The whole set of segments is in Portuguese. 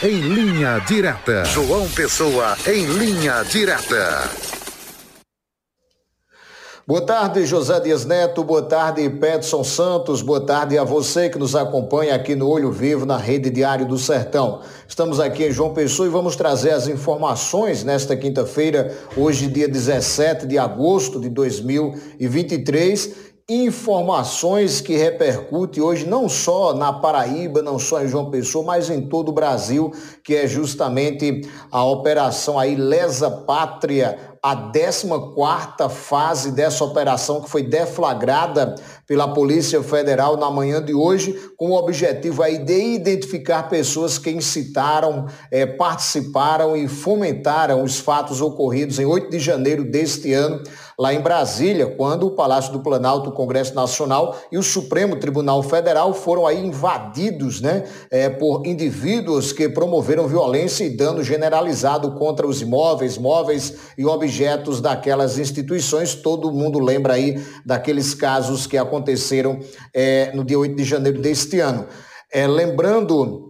Em linha direta. João Pessoa em linha direta. Boa tarde, José Dias Neto. Boa tarde, Pedson Santos. Boa tarde a você que nos acompanha aqui no Olho Vivo, na Rede Diário do Sertão. Estamos aqui em João Pessoa e vamos trazer as informações nesta quinta-feira, hoje, dia 17 de agosto de 2023. Informações que repercutem hoje não só na Paraíba, não só em João Pessoa, mas em todo o Brasil, que é justamente a operação aí Lesa Pátria, a 14ª fase dessa operação que foi deflagrada pela Polícia Federal na manhã de hoje, com o objetivo aí de identificar pessoas que incitaram, participaram e fomentaram os fatos ocorridos em 8 de janeiro deste ano, lá em Brasília, quando o Palácio do Planalto, o Congresso Nacional e o Supremo Tribunal Federal foram aí invadidos, por indivíduos que promoveram violência e dano generalizado contra os imóveis, móveis e objetos daquelas instituições. Todo mundo lembra aí daqueles casos que aconteceram no dia 8 de janeiro deste ano. Lembrando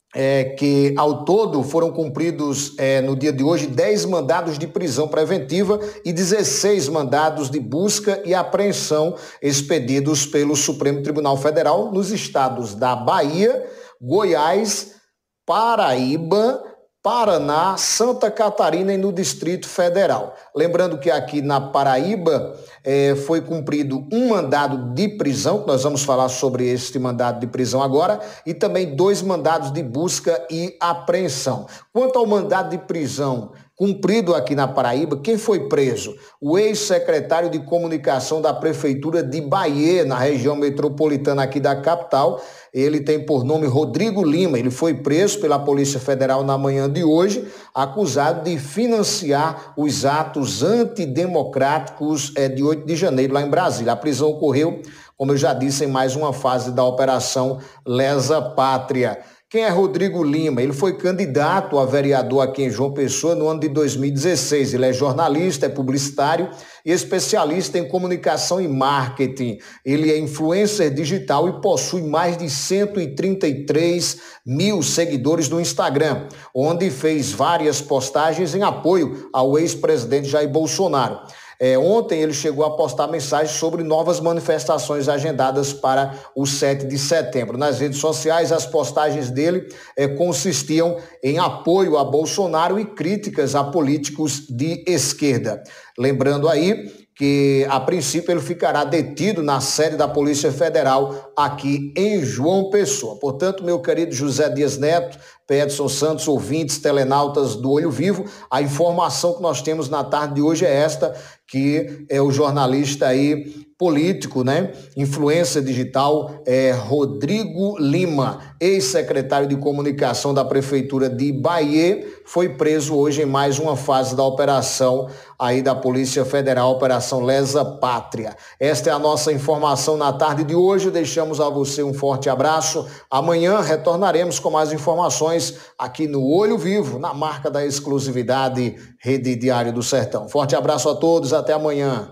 que ao todo foram cumpridos no dia de hoje 10 mandados de prisão preventiva e 16 mandados de busca e apreensão expedidos pelo Supremo Tribunal Federal nos estados da Bahia, Goiás, Paraíba, Paraná, Santa Catarina e no Distrito Federal. Lembrando que aqui na Paraíba foi cumprido um mandado de prisão, que nós vamos falar sobre este mandado de prisão agora, e também 2 mandados de busca e apreensão. Quanto ao mandado de prisão cumprido aqui na Paraíba, quem foi preso? O ex-secretário de Comunicação da Prefeitura de Bahia, na região metropolitana aqui da capital. Ele tem por nome Rodrigo Lima. Ele foi preso pela Polícia Federal na manhã de hoje, acusado de financiar os atos antidemocráticos de 8 de janeiro lá em Brasília. A prisão ocorreu, como eu já disse, em mais uma fase da Operação Lesa Pátria. Quem é Rodrigo Lima? Ele foi candidato a vereador aqui em João Pessoa no ano de 2016. Ele é jornalista, é publicitário e especialista em comunicação e marketing. Ele é influencer digital e possui mais de 133 mil seguidores no Instagram, onde fez várias postagens em apoio ao ex-presidente Jair Bolsonaro. Ontem ele chegou a postar mensagens sobre novas manifestações agendadas para o 7 de setembro. Nas redes sociais, as postagens dele consistiam em apoio a Bolsonaro e críticas a políticos de esquerda. Lembrando aí que, a princípio, ele ficará detido na sede da Polícia Federal aqui em João Pessoa. Portanto, meu querido José Dias Neto, Pedson Santos, ouvintes, telenautas do Olho Vivo, a informação que nós temos na tarde de hoje é esta, que é o jornalista aí político, influência digital, Rodrigo Lima, ex-secretário de Comunicação da Prefeitura de Bahia, foi preso hoje em mais uma fase da operação aí da Polícia Federal, Operação Lesa Pátria. Esta é a nossa informação na tarde de hoje. Deixamos a você um forte abraço. Amanhã retornaremos com mais informações aqui no Olho Vivo, na marca da exclusividade Rede Diário do Sertão. Forte abraço a todos, até amanhã.